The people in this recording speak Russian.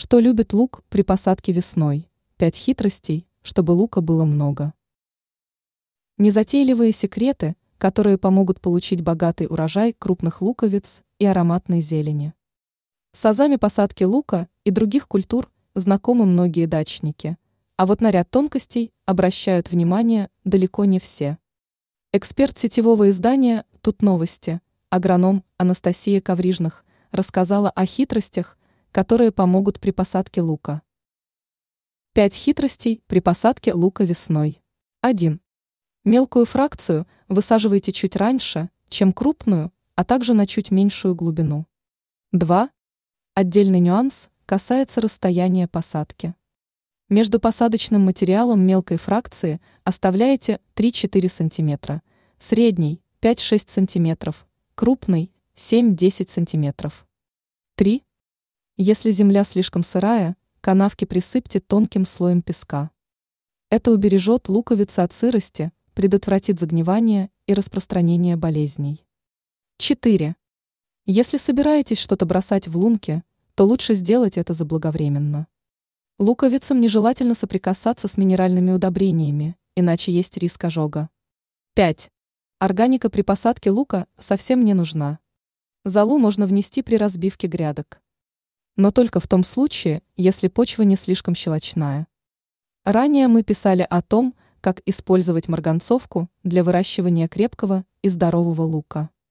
Что любит лук при посадке весной? 5 хитростей, чтобы лука было много. Незатейливые секреты, которые помогут получить богатый урожай крупных луковиц и ароматной зелени. С азами посадки лука и других культур знакомы многие дачники, а вот на ряд тонкостей обращают внимание далеко не все. Эксперт сетевого издания «Тут новости», агроном Анастасия Коврижных, рассказала о хитростях, которые помогут при посадке лука. 5 хитростей при посадке лука весной. 1. Мелкую фракцию высаживайте чуть раньше, чем крупную, а также на чуть меньшую глубину. 2. Отдельный нюанс касается расстояния посадки. Между посадочным материалом мелкой фракции оставляете 3-4 см, средний 5-6 см, крупный 7-10 см. 3. Если земля слишком сырая, канавки присыпьте тонким слоем песка. Это убережет луковицы от сырости, предотвратит загнивание и распространение болезней. 4. Если собираетесь что-то бросать в лунки, то лучше сделать это заблаговременно. Луковицам нежелательно соприкасаться с минеральными удобрениями, иначе есть риск ожога. 5. Органика при посадке лука совсем не нужна. Золу можно внести при разбивке грядок. Но только в том случае, если почва не слишком щелочная. Ранее мы писали о том, как использовать марганцовку для выращивания крепкого и здорового лука.